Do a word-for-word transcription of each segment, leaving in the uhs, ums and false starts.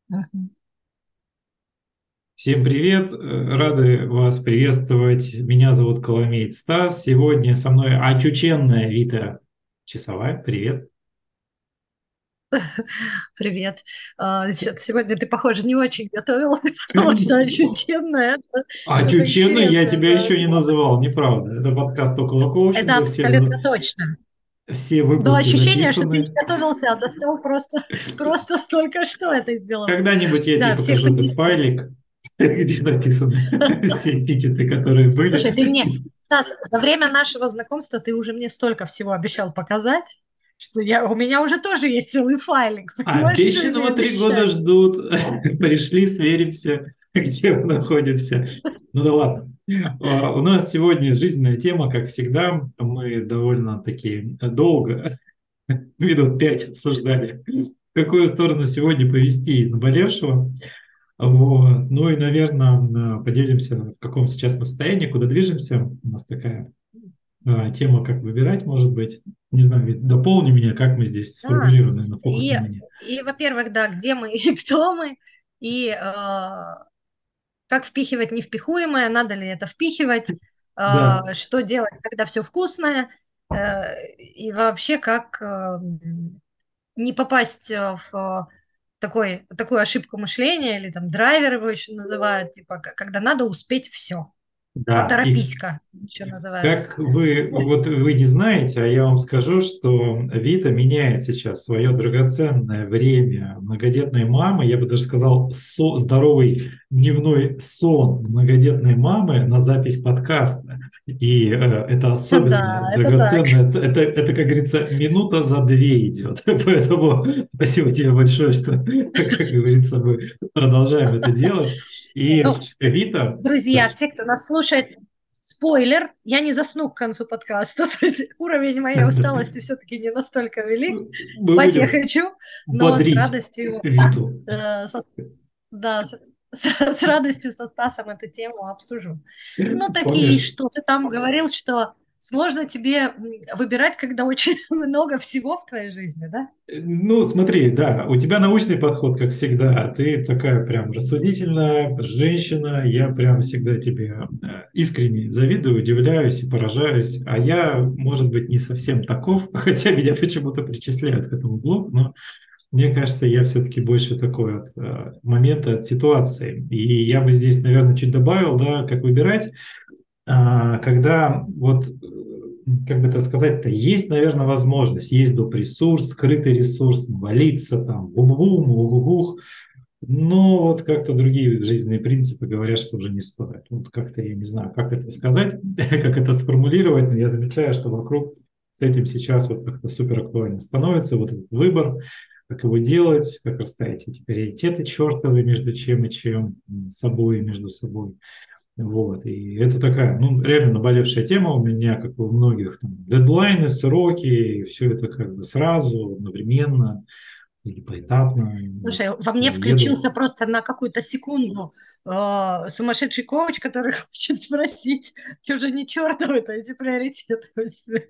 Мгм. Всем привет! Э, Рады вас приветствовать. Меня зовут Коломеец Стас. Сегодня со мной очученная Вита Часовая. Привет. Привет. А, чё-то сегодня ты, похоже, не очень готовилась, потому что ощутимое это что-то Очученной я интересное тебя еще не заодно. называл, неправда. Это подкаст около Это коучинга. Все, абсолютно за- точно. все До выпуски ощущения, что ты не записаны. готовился, а достал просто, просто только что это из головы. Когда-нибудь я тебе Да, всех покажу этот удивительно. файлик, где написаны все эпитеты, которые Слушай, ты были. мне, Стас, за время нашего знакомства ты уже мне столько всего обещал показать, что я, у меня уже тоже есть целый файлик, понимаешь, с твоими Обещанного три года обещаниями. ждут. Пришли, сверимся, где мы находимся. Ну да ладно. А, У нас сегодня жизненная тема, как всегда. Мы довольно-таки долго, минут пять обсуждали, в какую сторону сегодня повести из наболевшего. Вот. Ну и, наверное, поделимся, в каком сейчас мы состоянии, куда движемся. У нас такая а, тема, как выбирать, может быть. Не знаю, Вит, дополни меня, как мы здесь Да. сформулируем, наверное, фокус И, на мне. и, во-первых, да, где мы и кто мы, и э, как впихивать невпихуемое, надо ли это впихивать, Да, э, что делать, когда все вкусное, э, и вообще как э, не попасть э, в э, такой, такую ошибку мышления, или там драйвер его еще называют, типа, к- когда надо успеть все. да. И Поторопись-ка, еще называется. как вы, вот вы не знаете, а я вам скажу, что Вита меняет сейчас свое драгоценное время многодетной мамы, я бы даже сказал, со- здоровый дневной сон многодетной мамы на запись подкаста. И э, это особенно Да, это так. драгоценное, ц- это, это, как говорится, минута за две идет. Поэтому спасибо тебе большое, что, как говорится, мы продолжаем это делать. И Ну, Вита, друзья, да, все, кто нас слушает, спойлер, я не засну к концу подкаста. То есть уровень моей усталости все-таки не настолько велик. мы Спать я будем хочу, но с бодрить радостью, Виту. э, со- да, с, с- с радостью со Стасом эту тему обсужу. Ну, такие, Помнишь? что ты там говорил, что сложно тебе м, выбирать, когда очень много всего в твоей жизни, да? Ну, смотри, да, у тебя научный подход, как всегда. Ты такая прям рассудительная женщина. Я прям всегда тебе э, искренне завидую, удивляюсь и поражаюсь. А я, может быть, не совсем таков, хотя меня почему-то причисляют к этому блоку, но мне кажется, я все-таки больше такой от э, момента, от ситуации. И я бы здесь, наверное, чуть добавил, да, как выбирать. А, когда вот, э, как бы это сказать-то, есть, наверное, возможность, есть доп. Ресурс, скрытый ресурс, навалиться там, бум-бум, ух-ух, но вот как-то другие жизненные принципы говорят, что уже не стоит. Вот как-то я не знаю, как это сказать, как это сформулировать, но я замечаю, что вокруг с этим сейчас вот как-то супер актуально становится, вот этот выбор, как его делать, как расставить эти приоритеты чертовы между чем и чем, м, собой и между собой. Вот. И это такая, ну, реально наболевшая тема у меня, как и у многих, там, дедлайны, сроки, и все это как бы сразу, одновременно или поэтапно. Вот. Слушай, во мне И еду. включился просто на какую-то секунду э, сумасшедший коуч, который хочет спросить, что же не чертовы-то эти приоритеты у тебя?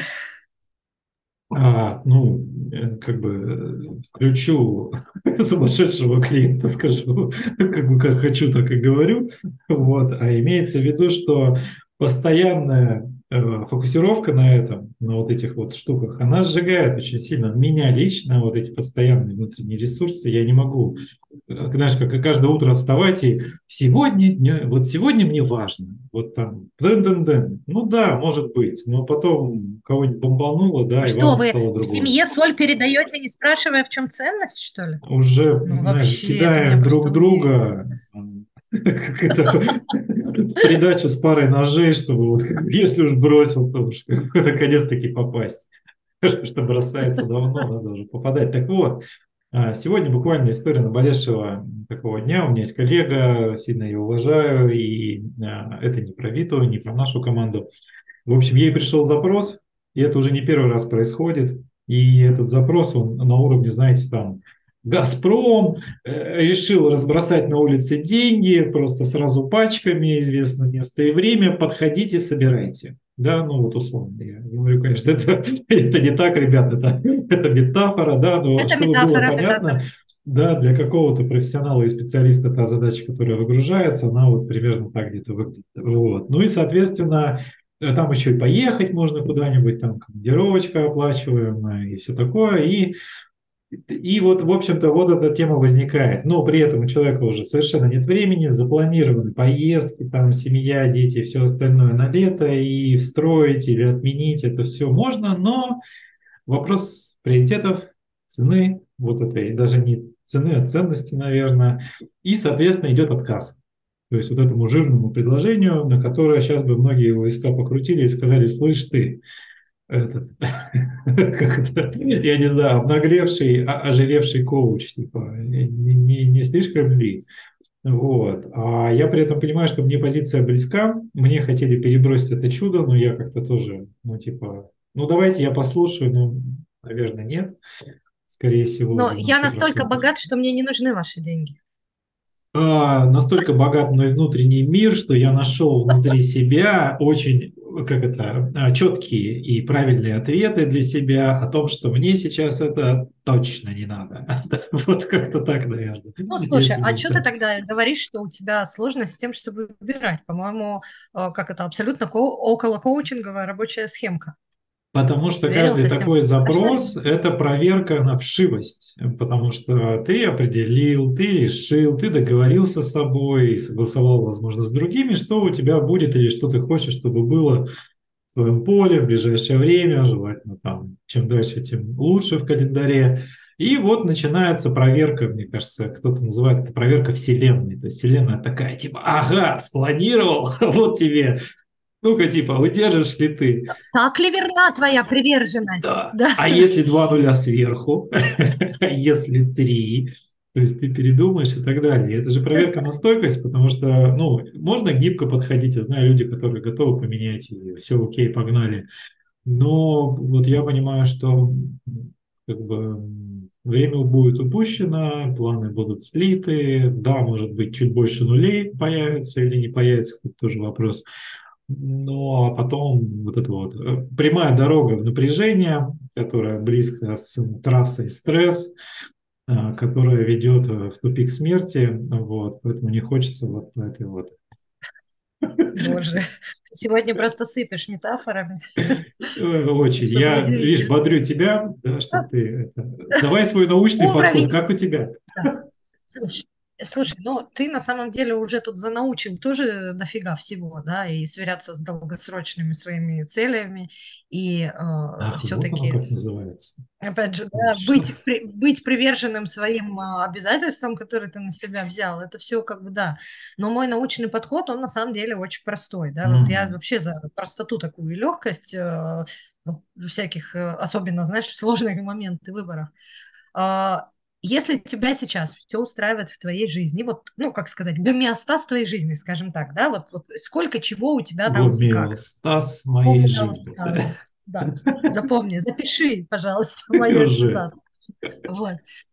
А, ну, э, как бы э, включу сумасшедшего клиента, скажу, как бы как хочу, так и говорю. Вот. А имеется в виду, что постоянная э, фокусировка на этом, на вот этих вот штуках, она сжигает очень сильно меня лично, вот эти постоянные внутренние ресурсы. Я не могу, э, знаешь, как и каждое утро вставать и сегодня, дня- вот сегодня мне важно, вот там, дын-дын-дын. Ну да, может быть, но потом кого-нибудь бомбануло, да, Вы и что, важно вы стало в другое. семье соль передаете, не спрашивая, в чем ценность, что ли? Уже, Ну, знаешь, вообще, это меня кидаем друг просто удивило. друга, м, как это, в придачу с парой ножей, чтобы вот, как бы, если уж бросил, то уж как бы наконец-таки попасть. Что бросается давно, надо уже попадать. Так вот, а, сегодня буквально история наболевшего такого дня. У меня есть коллега, сильно ее уважаю, и а, это не про Виту, не про нашу команду. В общем, ей пришел запрос, и это уже не первый раз происходит. И этот запрос, он на уровне, знаете, там, «Газпром» э, решил разбросать на улице деньги, просто сразу пачками, известно место и время, подходите, собирайте. Да, ну вот условно, я говорю, конечно, это, это не так, ребят, это, это метафора, да, но Это чтобы было метафора, понятно, метафора. Да, для какого-то профессионала и специалиста та задача, которая выгружается, она вот примерно так где-то выглядит. Вот. Ну и, соответственно, э, там еще и поехать можно куда-нибудь, там командировочка оплачиваемая и все такое. И, и вот, в общем-то, вот эта тема возникает. Но при этом у человека уже совершенно нет времени, запланированы поездки, там семья, дети и все остальное на лето, и встроить или отменить это все можно, но вопрос приоритетов, цены, вот этой, даже не цены, а ценности, наверное. И, соответственно, идет отказ. То есть вот этому жирному предложению, на которое сейчас бы многие войска покрутили и сказали, слышь ты, этот, как это, я не знаю, обнаглевший, а- ожиревший коуч, типа, не, не, не слишком ли? Вот. А я при этом понимаю, что мне позиция близка, мне хотели перебросить это чудо, но я как-то тоже, ну, типа, ну, давайте я послушаю, ну, наверное, нет, скорее всего, Но я девяносто настолько процентов. богат, что мне не нужны ваши деньги. А, настолько богат мой внутренний мир, что я нашел внутри себя очень, как это, а, четкие и правильные ответы для себя о том, что мне сейчас это точно не надо. Вот как-то так, наверное, Ну, слушай, если а быть что ты так. тогда говоришь, что у тебя сложность с тем, чтобы выбирать? По-моему, э, как это, абсолютно ко- около коучинговая рабочая схемка. Потому что каждый Сверился с тем, такой что хочешь запрос– найти. это проверка на вшивость, потому что ты определил, ты решил, ты договорился с собой, и согласовал, возможно, с другими, что у тебя будет или что ты хочешь, чтобы было в своем поле в ближайшее время, желательно там, чем дальше, тем лучше в календаре. И вот начинается проверка, мне кажется, кто-то называет это проверка Вселенной. То есть Вселенная такая, типа, ага, спланировал, вот тебе, ну-ка, типа, удержишь ли ты? Так ли верна твоя приверженность? Да. Да. А если два нуля сверху? А если три? То есть ты передумаешь и так далее. И это же проверка на стойкость, потому что, ну, можно гибко подходить. Я знаю люди, которые готовы поменять, и все окей, погнали. Но вот я понимаю, что как бы м, время будет упущено, планы будут слиты. Да, может быть, чуть больше нулей появится или не появится, это тоже вопрос. Ну, а потом вот эта вот э, прямая дорога в напряжение, которая близко с трассой стресс, э, которая ведет э, в тупик смерти, вот, поэтому не хочется вот этой вот. Боже, сегодня просто сыпешь метафорами. Э, Очень. Что-то Я, видишь, удивительное. бодрю тебя, да, чтобы ты это... Давай свой научный подход, Уровень. как у тебя? Да. Слушай, слушай, ну ты на самом деле уже тут занаучил тоже дофига всего, да, и сверяться с долгосрочными своими целями, и э, Ах, вот оно все-таки, как называется. опять же, да, Точно. быть, при- быть приверженным своим э, обязательствам, которые ты на себя взял, это все как бы да. Но мой научный подход, он на самом деле очень простой, да, вот я Мгм. вообще за простоту такую и легкость э, вот всяких, э, особенно, знаешь, в сложные моменты выборов. А, Если тебя сейчас все устраивает в твоей жизни, вот, ну, как сказать, гомеостаз твоей жизни, скажем так, да, вот, вот сколько чего у тебя там и как. Гомеостаз моей жизни. Гомеостаз, да. Запомни, запиши, пожалуйста, Да? мою Уже. цитату. Вот.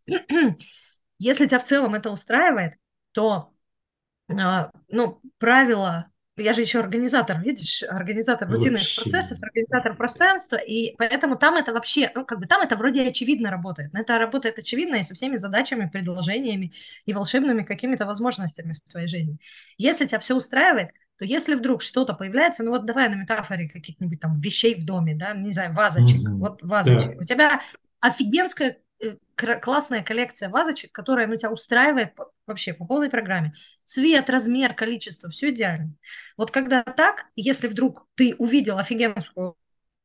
Если тебя в целом это устраивает, то а, ну, правила, я же еще организатор, видишь, организатор рутинных Вообще. процессов, организатор пространства, и поэтому там это вообще, ну, как бы там это вроде очевидно работает, но это работает очевидно и со всеми задачами, предложениями и волшебными какими-то возможностями в твоей жизни. Если тебя все устраивает, то если вдруг что-то появляется, ну вот давай на метафоре каких-нибудь там вещей в доме, да, не знаю, вазочек, Мгм. вот вазочек, Так. у тебя офигенская э, кра- классная коллекция вазочек, которая, ну, тебя устраивает по- вообще по полной программе. Цвет, размер, количество, все идеально. Вот когда так, если вдруг ты увидел офигенскую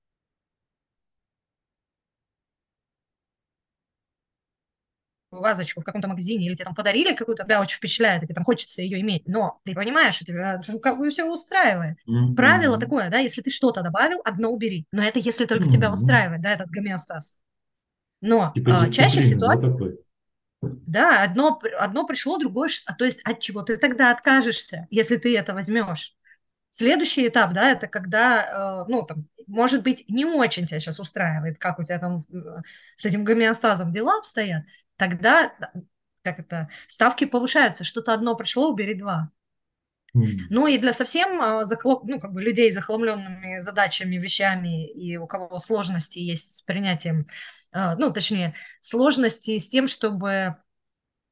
вазочку в каком-то магазине, или тебе там подарили какую-то, тебя очень впечатляет, и тебе там хочется ее иметь, но ты понимаешь, что тебя ну, как бы все устраивает. Правило Мгм. такое, да, если ты что-то добавил, одно убери. Но это если только тебя Мгм. устраивает, да, этот гомеостаз. Но Типа а, чаще дисциплина, да, ситуация, такой? да, одно, одно пришло, другое, ш- а то есть от чего ты тогда откажешься, если ты это возьмешь. Следующий этап, да, это когда, э, ну, там, может быть, не очень тебя сейчас устраивает, как у тебя там э, с этим гомеостазом дела обстоят, тогда, как это, ставки повышаются, что-то одно пришло, убери два. М. Ну и для совсем э, захлоп, ну, как бы людей с захламленными задачами, вещами, и у кого сложности есть с принятием, э, ну, точнее, сложности с тем, чтобы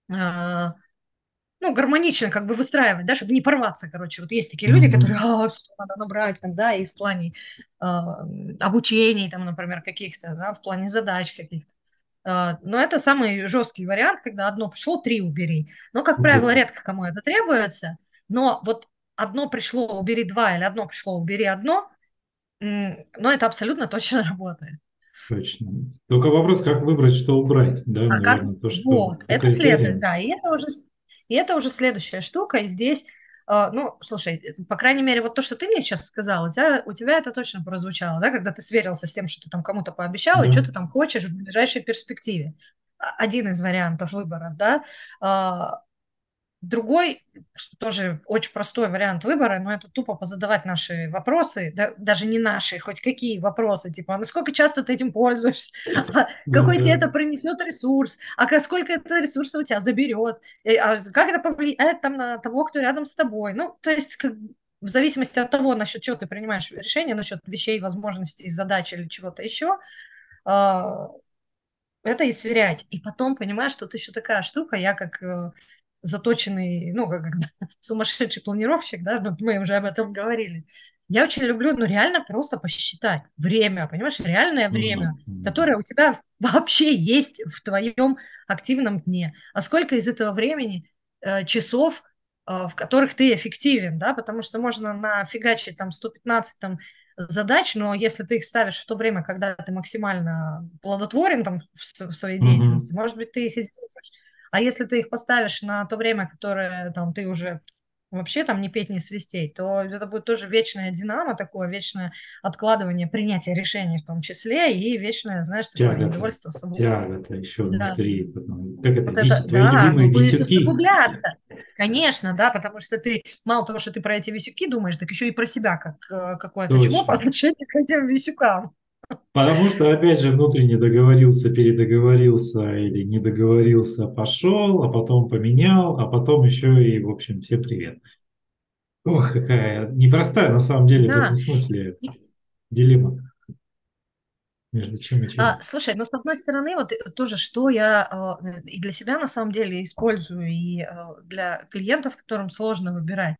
а, ну, гармонично как бы выстраивать, да, чтобы не порваться, короче. Вот есть такие люди, которые, Мгм. а, все надо набрать, там, да, и в плане а, обучений, там, например, каких-то, да, в плане задач каких-то. А, но это самый жесткий вариант, когда одно пришло, три убери. Но, как правило, Да, редко кому это требуется. Но вот одно пришло, убери два, или одно пришло, убери одно, м, но это абсолютно точно работает. точно. Только вопрос, как выбрать, что убрать, да, А как наверное, то, что вот, по это следует, критериям. да, и это уже, с- и это уже следующая штука, и здесь, э, ну, слушай, э, по крайней мере, вот то, что ты мне сейчас сказал, у тебя, у тебя это точно прозвучало, да, когда ты сверился с тем, что ты там кому-то пообещал, и Да. что ты там хочешь в ближайшей перспективе. А- Один из вариантов выбора, да. А, Другой, тоже очень простой вариант выбора, но это тупо позадавать наши вопросы, да, даже не наши, хоть какие вопросы, типа, а насколько часто ты этим пользуешься, а Да, какой тебе да. это принесет ресурс, а ка- сколько это ресурса у тебя заберет, и, а как это повлияет там на того, кто рядом с тобой. Ну, то есть, как, в зависимости от того, насчет чего ты принимаешь решение, насчет вещей, возможностей, задач или чего-то еще, а, это и сверять. И потом понимаешь, что тут еще такая штука, я как э, заточенный, ну, как, как сумасшедший планировщик, да, вот мы уже об этом говорили. Я очень люблю, ну, реально просто посчитать время, понимаешь, реальное время, Мгм. Мгм. которое у тебя вообще есть в твоем активном дне. А сколько из этого времени э, часов, э, в которых ты эффективен, да, потому что можно нафигачить там сто пятнадцать там задач, но если ты их ставишь в то время, когда ты максимально плодотворен там в, с- в своей Мгм. деятельности, может быть, ты их и сделаешь. А если ты их поставишь на то время, которое там ты уже вообще там не петь, не свистеть, то это будет тоже вечная динамо такое, вечное откладывание принятия решений в том числе и вечное, знаешь, такое Тяга-то, недовольство собой. тяга-то еще Да. внутри. Потом. Как это? Вот это, Вис... Твои да, оно любимые будет висюки. усугубляться. Конечно, да, потому что ты мало того, что ты про эти висюки думаешь, так еще и про себя, как э, какое-то чмо по Точно. отношению к этим висюкам. Потому что, опять же, внутренне договорился, передоговорился или не договорился, пошел, а потом поменял, а потом еще и, в общем, все привет. Ох, какая непростая на самом деле в этом Да. смысле дилемма между чем и А, чем. слушай, но с одной стороны, вот э, тоже, что я а, э, и для себя на самом деле использую, и а, для клиентов, которым сложно выбирать.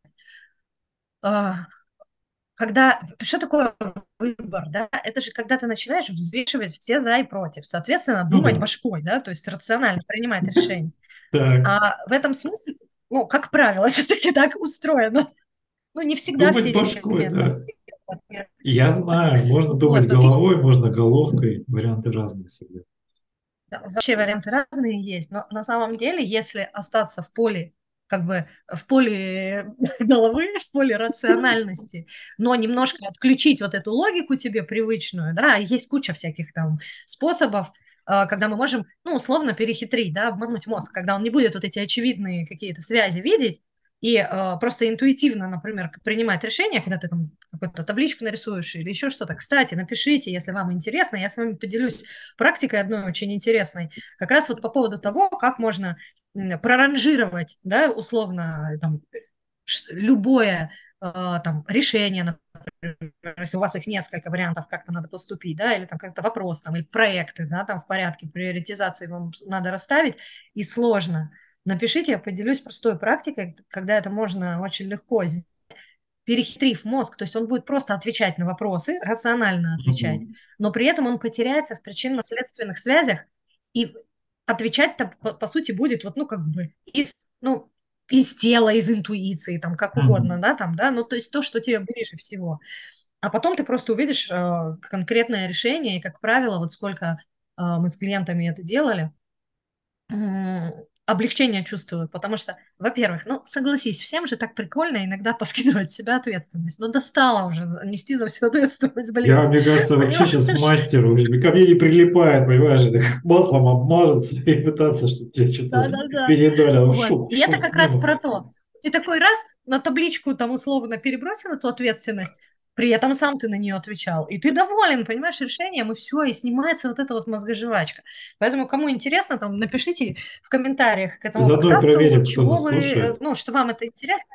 А, Когда, что такое выбор, да? Это же когда ты начинаешь взвешивать все за и против, соответственно, Ну думать да. башкой, да, то есть рационально принимать решения. Так, А в этом смысле, ну, как правило, все-таки так устроено. Ну, не всегда думать все башкой, вместо. да. Я знаю, можно думать Вот, но видишь, головой, можно головкой, варианты разные всегда. да, вообще варианты разные есть, но на самом деле, если остаться в поле, как бы в поле головы, в поле рациональности, но немножко отключить вот эту логику тебе привычную, да, есть куча всяких там способов, а, когда мы можем, ну, условно перехитрить, да, обмануть мозг, когда он не будет вот эти очевидные какие-то связи видеть, и а, просто интуитивно, например, принимать решение, когда ты там какую-то табличку нарисуешь или еще что-то. Кстати, напишите, если вам интересно, я с вами поделюсь практикой одной очень интересной, как раз вот по поводу того, как можно проранжировать, да, условно, там, любое э, там, решение, например, если у вас их несколько вариантов, как то надо поступить, да, или там как-то вопрос, там, или проекты, да, там в порядке приоритизации вам надо расставить, и сложно. Напишите, я поделюсь простой практикой, когда это можно очень легко перехитрив мозг, то есть он будет просто отвечать на вопросы, рационально отвечать, Мгм. но при этом он потеряется в причинно-следственных связях и отвечать-то, по, по сути, будет вот, ну, как бы из, ну, из тела, из интуиции, там, как угодно, Мгм. да, там, да, ну, то есть то, что тебе ближе всего. А потом ты просто увидишь э, конкретное решение, и, как правило, вот сколько э, мы с клиентами это делали, м, облегчение чувствую, потому что, во-первых, ну, согласись, всем же так прикольно иногда поскидывать с себя ответственность. Ну, достало уже нести за всю ответственность, блин. Я, мне кажется, вообще сейчас Понимаешь? мастер уже ко мне не прилипает, понимаешь, это как маслом обмажется и пытаться, чтобы тебе что-то Да-да-да. передали. Вот. Шух, И это шух, как раз мимо. про то. Ты такой раз на табличку там условно перебросил эту ответственность, при этом сам ты на нее отвечал. И ты доволен, понимаешь, решением, и все, и снимается вот эта вот мозгожевачка. Поэтому, кому интересно, там, напишите в комментариях к этому Заодно и подкасту, проверим, кто чего нас вы, э, слушает. ну, что вам это интересно.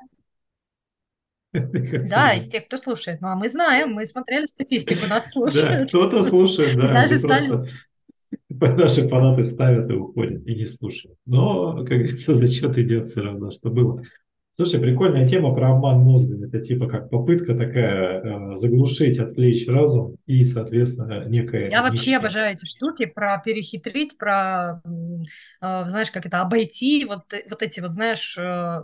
Как Да, всегда. из тех, кто слушает. Ну, а мы знаем, мы смотрели статистику, нас Да, слушают. кто-то слушает, И да, даже они стали... просто Наши фанаты ставят и уходят, и не слушают. Но, как говорится, зачет идет все равно, что было. Слушай, прикольная тема про обман мозга. Это типа как попытка такая э, заглушить, отвлечь разум и, соответственно, некое Я вообще нечто. обожаю эти штуки про перехитрить, про, м, э, знаешь, как это, обойти, вот, э- вот эти вот, знаешь, э,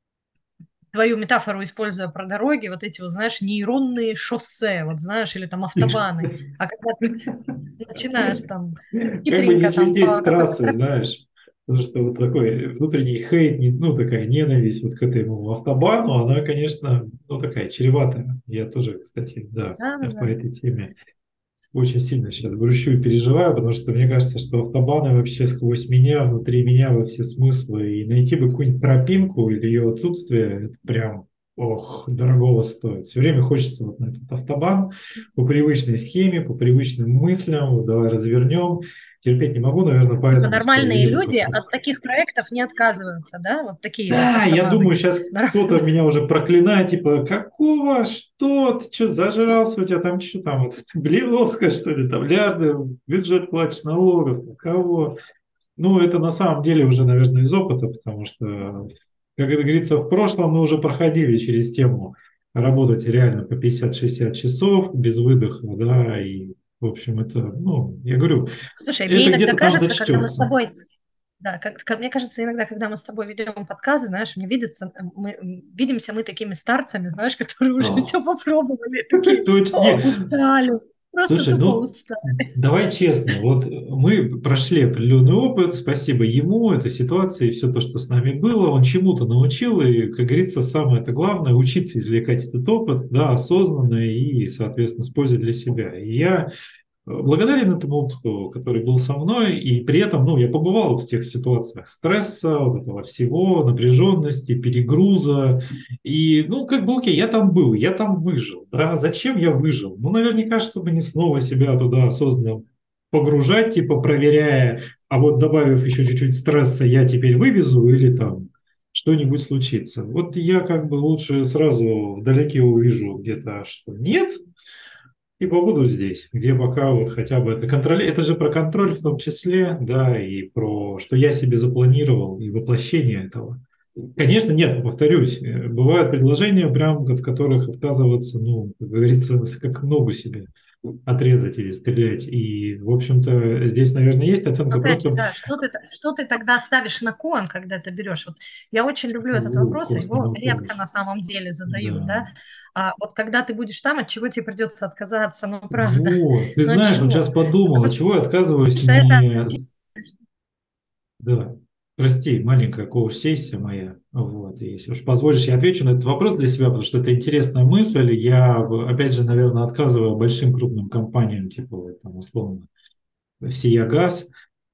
твою метафору используя про дороги, вот эти вот, знаешь, нейронные шоссе, вот знаешь, или там автобаны. А когда ты начинаешь там Как бы не хитренько там слететь по с какой-то трассы, тропе, знаешь. Потому что вот такой внутренний хейт, не- ну, такая ненависть вот к этому автобану, она, конечно, ну, такая чреватая. Я тоже, кстати, да, да, да, по да. этой теме очень сильно сейчас грущу и переживаю, потому что мне кажется, что автобаны вообще сквозь меня, внутри меня во все смыслы. И найти бы какую-нибудь тропинку или ее отсутствие, это прям, ох, дорогого стоит. Все время хочется вот на этот автобан по привычной схеме, по привычным мыслям, вот давай развернем. Терпеть не могу, наверное, Типа поэтому скоро нормальные еду люди как от раз. таких проектов не отказываются, да, вот такие вот Да, я автобаны. думаю, сейчас Нар- кто-то меня уже проклинает, типа, какого, что, ты что, зажрался, у тебя там что там, вот, это Блиновская, что ли, там, миллиарды, бюджет платишь налогов, там, кого? Ну, это на самом деле уже, наверное, из опыта, потому что, как это говорится, в прошлом мы уже проходили через тему работать реально по пятьдесят шестьдесят часов без выдоха, да, и, в общем, это, ну, я говорю, Слушай, мне это иногда где-то там кажется, когда мы с зачтется. тобой, да, как, как- мне кажется, иногда, когда мы с тобой ведем подкасты, знаешь, мне видится, э, мы, м, видимся мы такими старцами, знаешь, которые уже все попробовали, такие, Точно. «О, Не, устали, просто слушай, тупо ну, устали». давай честно, вот мы прошли определенный опыт, спасибо ему, этой ситуации, все то, что с нами было, он чему-то научил, и, как говорится, самое это главное, учиться извлекать этот опыт, да, осознанно и, соответственно, с пользой для себя. И я благодарен этому опыту, который был со мной, и при этом, ну, я побывал в тех ситуациях стресса, вот этого всего, напряженности, перегруза, и, ну, как бы, окей, я там был, я там выжил, да, зачем я выжил? Ну, наверняка, чтобы не снова себя туда осознанно погружать, типа, проверяя, а вот добавив еще чуть-чуть стресса, я теперь вывезу или там что-нибудь случится. Вот я как бы лучше сразу вдалеке увижу где-то, что нет, и побуду здесь, где пока вот хотя бы это контроль, это же про контроль в том числе, да, и про что я себе запланировал, и воплощение этого. Конечно, нет, повторюсь, э, бывают предложения, прям от которых отказываться, ну, как говорится, с- как ногу себе отрезать или стрелять. И, в общем-то, здесь, наверное, есть оценка Опять же, просто. да, что ты, что ты тогда ставишь на кон, когда ты берешь? Вот я очень люблю этот Во, вопрос, а классный его редко вопрос. на самом деле задают, Да. да. А вот когда ты будешь там, от чего тебе придется отказаться, ну правда, Вот, ты ну от знаешь, вот чего? сейчас подумал, от Потому чего я отказываюсь что это не. Да, прости, маленькая коуч-сессия моя. Вот, и если уж позволишь, я отвечу на этот вопрос для себя, потому что это интересная мысль. Я, в- опять же, наверное, отказываю большим крупным компаниям, типа, вот, там, условно, «Всея Газ»,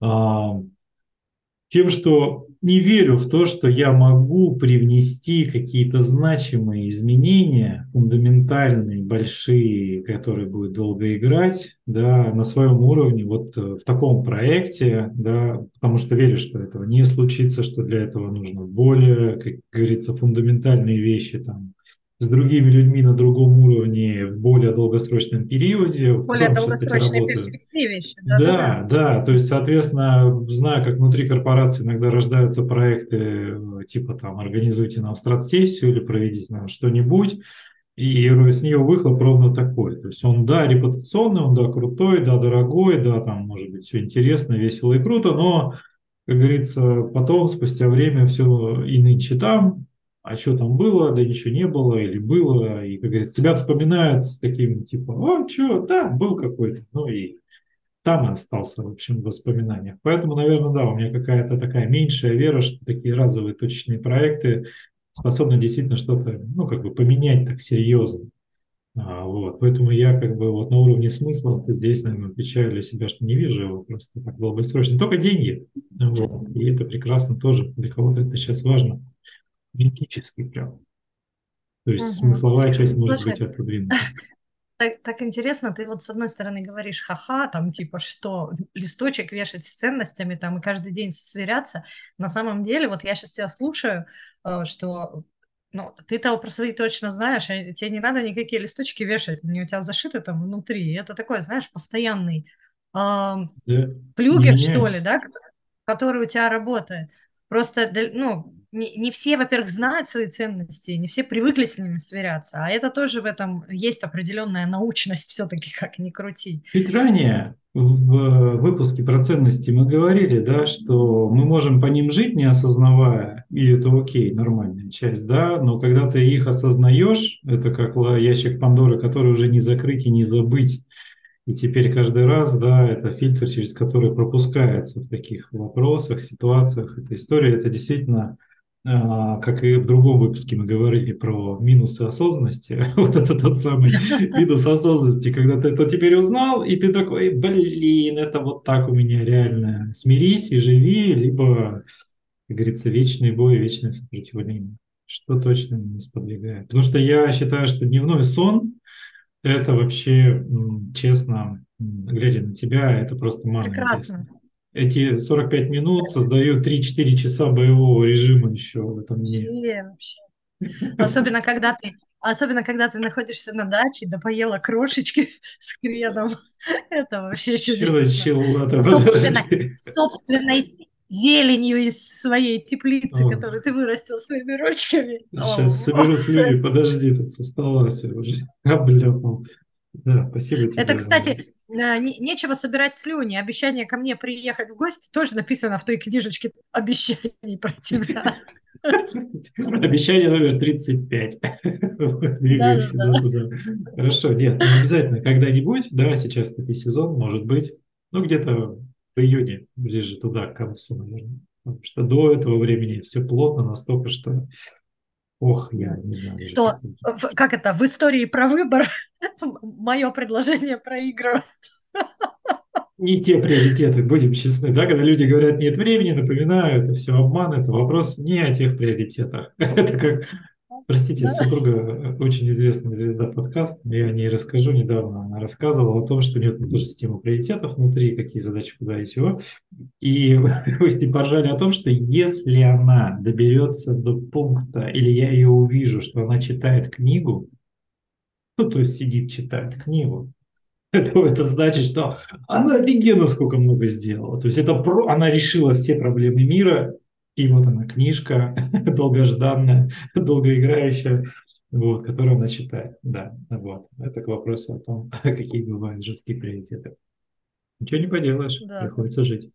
тем, что не верю в то, что я могу привнести какие-то значимые изменения, фундаментальные, большие, которые будут долго играть, да, на своем уровне, вот э, в таком проекте, да, потому что верю, что этого не случится, что для этого нужно более, как говорится, фундаментальные вещи там с другими людьми на другом уровне в более долгосрочном периоде, в в более котором сейчас, кстати, долгосрочной работаю. перспективе еще, да-да-да. Да, да, то есть, соответственно, знаю, как внутри корпорации иногда рождаются проекты э, типа там организуйте нам стратсессию или проведите нам что-нибудь, и с нее выхлоп ровно такой. То есть он, да, репутационный, он, да, крутой, да, дорогой, да, там может быть все интересно, весело и круто, но, как говорится, потом, спустя время, все и нынче там, а что там было, да ничего не было, или было, и, как говорится, тебя вспоминают с таким, типа, о, что, да, был какой-то, ну и там и остался, в общем, в воспоминаниях. Поэтому, наверное, да, у меня какая-то такая меньшая вера, что такие разовые точечные проекты способны действительно что-то, ну, как бы поменять так серьезно. А, вот. Поэтому я как бы вот на уровне смысла здесь, наверное, отвечаю для себя, что не вижу его просто так долгосрочно. Только деньги. Вот. И это прекрасно тоже. Для кого-то это сейчас важно. Мифически прям. То есть Мгм. смысловая часть может Слушай, быть отодвинута. так, так интересно, ты вот с одной стороны говоришь, ха-ха, там типа что, листочек вешать с ценностями там и каждый день сверяться. На самом деле, вот я сейчас тебя слушаю, э, что ну, ты-то про свои точно знаешь, а тебе не надо никакие листочки вешать, они у тебя зашиты там внутри. И это такой, знаешь, постоянный. Да, не Плюгер, что ли, меняется. да, кото- который у тебя работает. Просто, да, ну, не, не все, во-первых, знают свои ценности, не все привыкли с ними сверяться, а это тоже в этом есть определенная научность все-таки, как ни крути. Ведь ранее в выпуске про ценности мы говорили, да, что мы можем по ним жить, не осознавая, и это окей, нормальная часть, да, но когда ты их осознаешь, это как ла- ящик Пандоры, который уже не закрыть и не забыть. И теперь каждый раз, да, это фильтр, через который пропускается в таких вопросах, ситуациях. Эта история, это действительно, а, как и в другом выпуске мы говорили про минусы осознанности. Вот это тот самый минус осознанности, когда ты это теперь узнал, и ты такой, блин, это вот так у меня реально. Смирись и живи, либо, как говорится, вечный бой, вечное сопротивление. Что точно не сподвигает. Потому что я считаю, что дневной сон, это вообще, м, честно, м, глядя на тебя, это просто манна небесная. Прекрасно. Эти сорок пять минут создают три-четыре часа боевого режима еще в этом дне. Вообще, вообще. Особенно когда ты, особенно когда ты находишься на даче, да поела крошечки с хреном. Это вообще Что чудесно. начало-то, Собственно, подожди. собственной зеленью из своей теплицы, О, которую ты вырастил своими ручками. сейчас О, соберу слюни, подожди, тут со стола все уже обляпал. Да, спасибо это, тебе. кстати, э, не- нечего собирать слюни. Обещание ко мне приехать в гости тоже написано в той книжечке обещаний про тебя. Обещание номер тридцать пять. Вот, двигаемся, Да-да-да. да, туда. Хорошо, нет, ну обязательно когда-нибудь, да, сейчас, кстати, сезон, может быть, ну где-то в июне, ближе туда, к концу, наверное. Потому что до этого времени все плотно настолько, что, ох, я не знаю даже, как То, это. в- как это, в истории про выбор мое предложение проигрывает. Не те приоритеты, будем честны, да, когда люди говорят нет времени, напоминаю, это все обман, это вопрос не о тех приоритетах. Это как, простите, Да, супруга э, очень известная звезда подкаста, я о ней расскажу. Недавно она рассказывала о том, что у нее там тоже система приоритетов внутри, какие задачи куда и чего. И вы с ней поржали о том, что если она доберется до пункта, или я ее увижу, что она читает книгу, ну, то есть сидит, читает книгу, это, это значит, что она офигенно сколько много сделала. То есть это про, она решила все проблемы мира, и вот она книжка долгожданная, долгоиграющая, вот, которую она читает. Да, вот. Это к вопросу о том, какие бывают жесткие приоритеты. Ничего не поделаешь, да, приходится жить.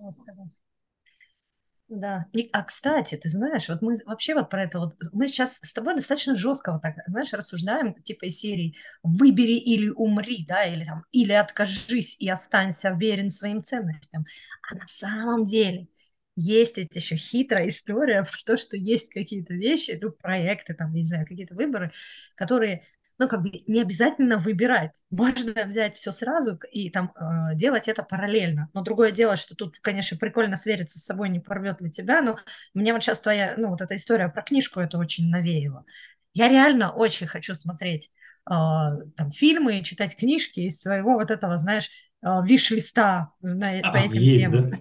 да. И, а кстати, ты знаешь, вот мы вообще вот про это вот, мы сейчас с тобой достаточно жестко вот так, знаешь, рассуждаем, типа из серии «выбери или умри», да, или там «или откажись и останься верен своим ценностям». А на самом деле есть ведь еще хитрая история про то, что есть какие-то вещи, ну, проекты, там, не знаю, какие-то выборы, которые, ну, как бы не обязательно выбирать. Можно взять все сразу и там э, делать это параллельно. Но другое дело, что тут, конечно, прикольно свериться с собой, не порвет ли тебя, но мне вот сейчас твоя, ну, вот эта история про книжку, это очень навеяло. Я реально очень хочу смотреть э, там фильмы и читать книжки из своего вот этого, знаешь, э, виш-листа на- по А, этим есть, темам. да?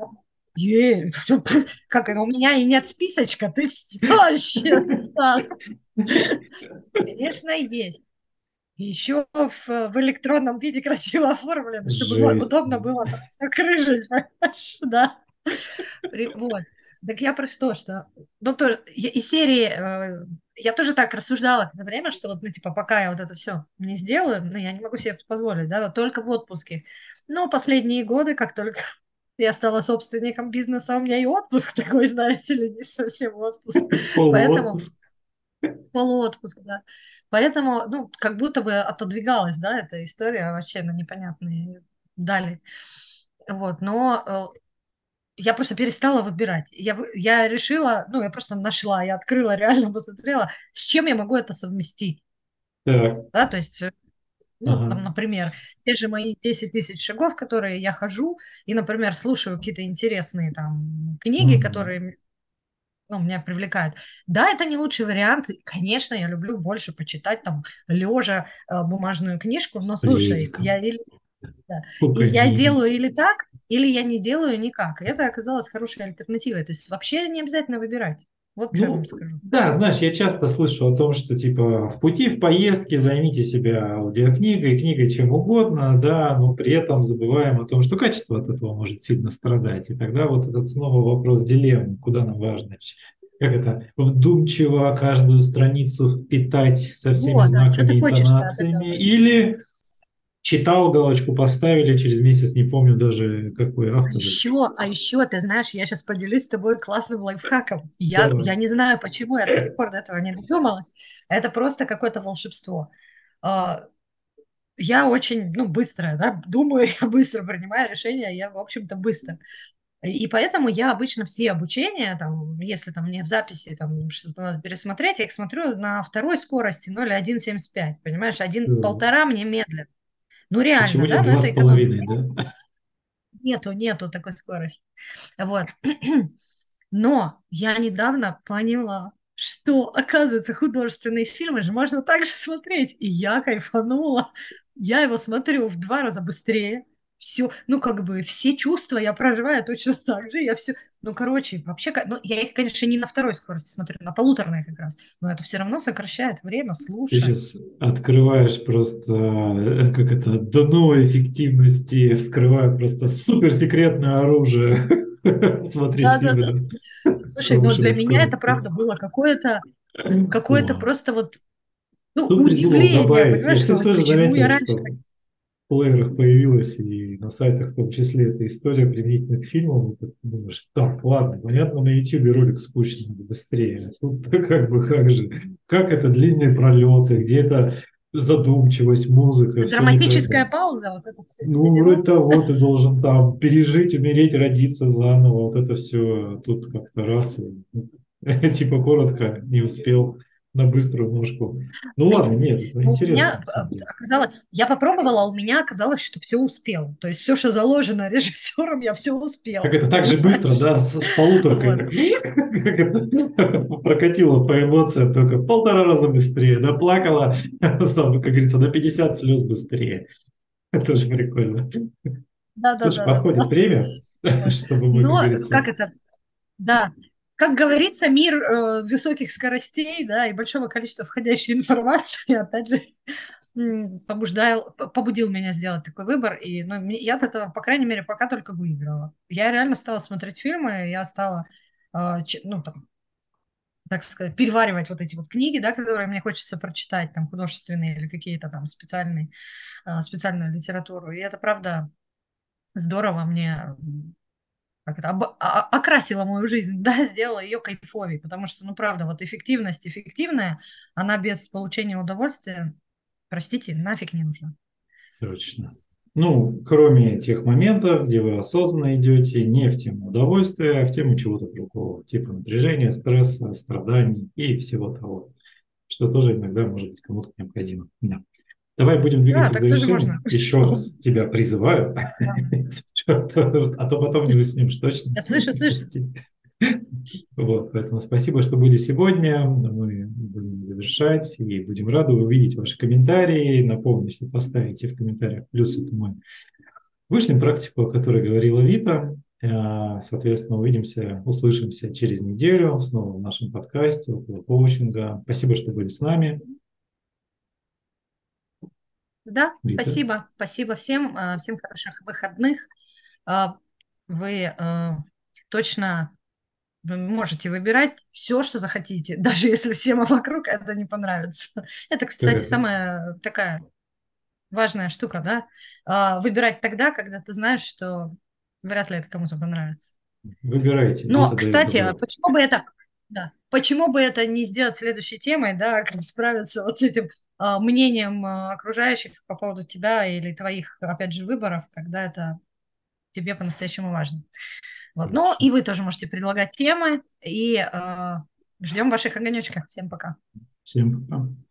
Е, как это, у меня и нет списочка, ты что вообще, Стас? Конечно, есть. И еще в, в электронном виде красиво оформлено, чтобы мо- Жесть. удобно было там все крыжить, понимаешь, да. При- вот. Так я про что, что, ну, то, я- из серии, э, я тоже так рассуждала на время, что вот, ну, типа, пока я вот это все не сделаю, ну, я не могу себе это позволить, да, вот только в отпуске. Но последние годы, как только я стала собственником бизнеса, у меня и отпуск такой, знаете ли, не совсем отпуск. Поэтому Полуотпуск. полуотпуск, да. Поэтому, ну, как будто бы отодвигалась, да, эта история вообще на непонятные дали. Вот, но э, я просто перестала выбирать. Я, вы- я решила, ну, я просто нашла, я открыла, реально посмотрела, с чем я могу это совместить. Так, Да, то есть, э, ну, ага. там, например, те же мои десять тысяч шагов, которые я хожу, и, например, слушаю какие-то интересные там книги, Мгм. которые ну, меня привлекают. Да, это не лучший вариант. Конечно, я люблю больше почитать там лежа бумажную книжку, С но слушай, пледиком. я или да, У и я камина. делаю или так, или я не делаю никак. И это оказалось хорошей альтернативой. То есть вообще не обязательно выбирать. Вот что я вам Ну, скажу. да, знаешь, я часто слышу о том, что типа в пути, в поездке займите себя аудиокнигой, книгой, чем угодно, да, но при этом забываем о том, что качество от этого может сильно страдать. И тогда вот этот снова вопрос дилеммы, куда нам важно, ч- как это, вдумчиво каждую страницу впитать со всеми Вот, да, что ты знаками и хочешь-то от интонациями, этого? или читал, галочку поставили, через месяц не помню даже, какой А автор. еще, а еще, ты знаешь, я сейчас поделюсь с тобой классным лайфхаком. Я, Давай. я не знаю, почему я до сих пор до этого не додумалась. Это просто какое-то волшебство. А, Я очень, ну, быстрая, да, думаю, я быстро принимаю решения, я, в общем-то, быстро. И поэтому я обычно все обучения, там, если там мне в записи там что-то надо пересмотреть, я их смотрю на второй скорости, ну, или один целых семьдесят пять, понимаешь, один, Да. полтора мне медленно. Ну, Почему реально, нет да, но два с это экономия. половиной, да? Нету, нету такой скорости. Вот. Но я недавно поняла, что, оказывается, художественные фильмы же можно так же смотреть. И я кайфанула. Я его смотрю в два раза быстрее. Все, ну, как бы, все чувства я проживаю точно так же. Я все, ну, короче, вообще, ка- ну, я их, конечно, не на второй скорости смотрю, на полуторной как раз. Но это все равно сокращает время Ты слушать. сейчас открываешь просто, э, как это, дно эффективности, скрывая просто суперсекретное оружие. Смотреть Да-да-да. фильмы на Слушай, но для повышенной меня это скорости. правда было какое-то, какое-то Вау. просто вот, ну, Кто придумал удивление, добавить? Я, понимаешь, что кстати, вот тоже почему я заметил, раньше что в плеерах появилась и на сайтах в том числе эта история применительно к фильмам. И ты думаешь, так, ладно, понятно, на YouTube ролик спущен надо быстрее. А тут как бы как же, как это длинные пролеты, где это задумчивость, музыка, все вот драматическая это. пауза, вот это все, все Ну, вроде дела. того, ты должен там пережить, умереть, родиться заново. Вот это все тут как-то раз, и, ну, типа коротко, не успел на быструю ножку. Ну Да ладно, нет. нет, это Но у интересно меня на э, самом деле. оказалось, я попробовала, а у меня оказалось, что все успел. То есть все, что заложено режиссером, я все успела, Как это так же быстро, понимаешь? да, с, с полуторкой, Вот. так, как это прокатило по эмоциям, только в полтора раза быстрее, да, плакала, там, как говорится, на пятьдесят слез быстрее. Это тоже прикольно. Слушай, Да-да-да-да-да. подходит время, Вот. чтобы мы, как Но как говорится, это? Да. Как говорится, мир э, высоких скоростей, да, и большого количества входящей информации, опять же, м, побуждал, п- побудил меня сделать такой выбор. И ну, мне- я от этого, по крайней мере, пока только выиграла. Я реально стала смотреть фильмы, я стала, э, ч- ну, там, так сказать, переваривать вот эти вот книги, да, которые мне хочется прочитать, там, художественные или какие-то там специальные, э, специальную литературу. И это, правда, здорово мне м, как это, об- а- окрасила мою жизнь, да, сделала ее кайфовей, потому что, ну, правда, вот эффективность эффективная, она без получения удовольствия, простите, нафиг не нужна. точно. Ну, кроме тех моментов, где вы осознанно идете не в тему удовольствия, а в тему чего-то другого, типа напряжения, стресса, страданий и всего того, что тоже иногда может быть кому-то необходимо. Да. Давай будем Да, двигаться к так тоже можно. завершению. Еще раз тебя призываю, Да. а то потом не уснешь, точно. Я слышу, слышу. Вот, поэтому спасибо, что были сегодня. Мы будем завершать и будем рады увидеть ваши комментарии. Напомню, если поставите в комментариях плюс, это мы вышлем практику, о которой говорила Вита. Э, Соответственно, увидимся, услышимся через неделю снова в нашем подкасте около коучинга. Спасибо, что были с нами. Да, Вита, спасибо. Спасибо всем. э, Всем хороших выходных. А, Вы э, точно вы можете выбирать все, что захотите, даже если всем вокруг это не понравится. Это, как кстати, это? самая такая важная штука, да, а, выбирать тогда, когда ты знаешь, что вряд ли это кому-то понравится. Выбирайте. Но, Вита дает кстати, а добро. почему бы это, да, почему бы это не сделать следующей темой, да, как справиться вот с этим а, мнением а, окружающих по поводу тебя или твоих, опять же, выборов, когда это тебе по-настоящему важно. Вот. Ну, Точно. и вы тоже можете предлагать темы, и а, ждем ваших огонечков. Всем пока. Всем пока.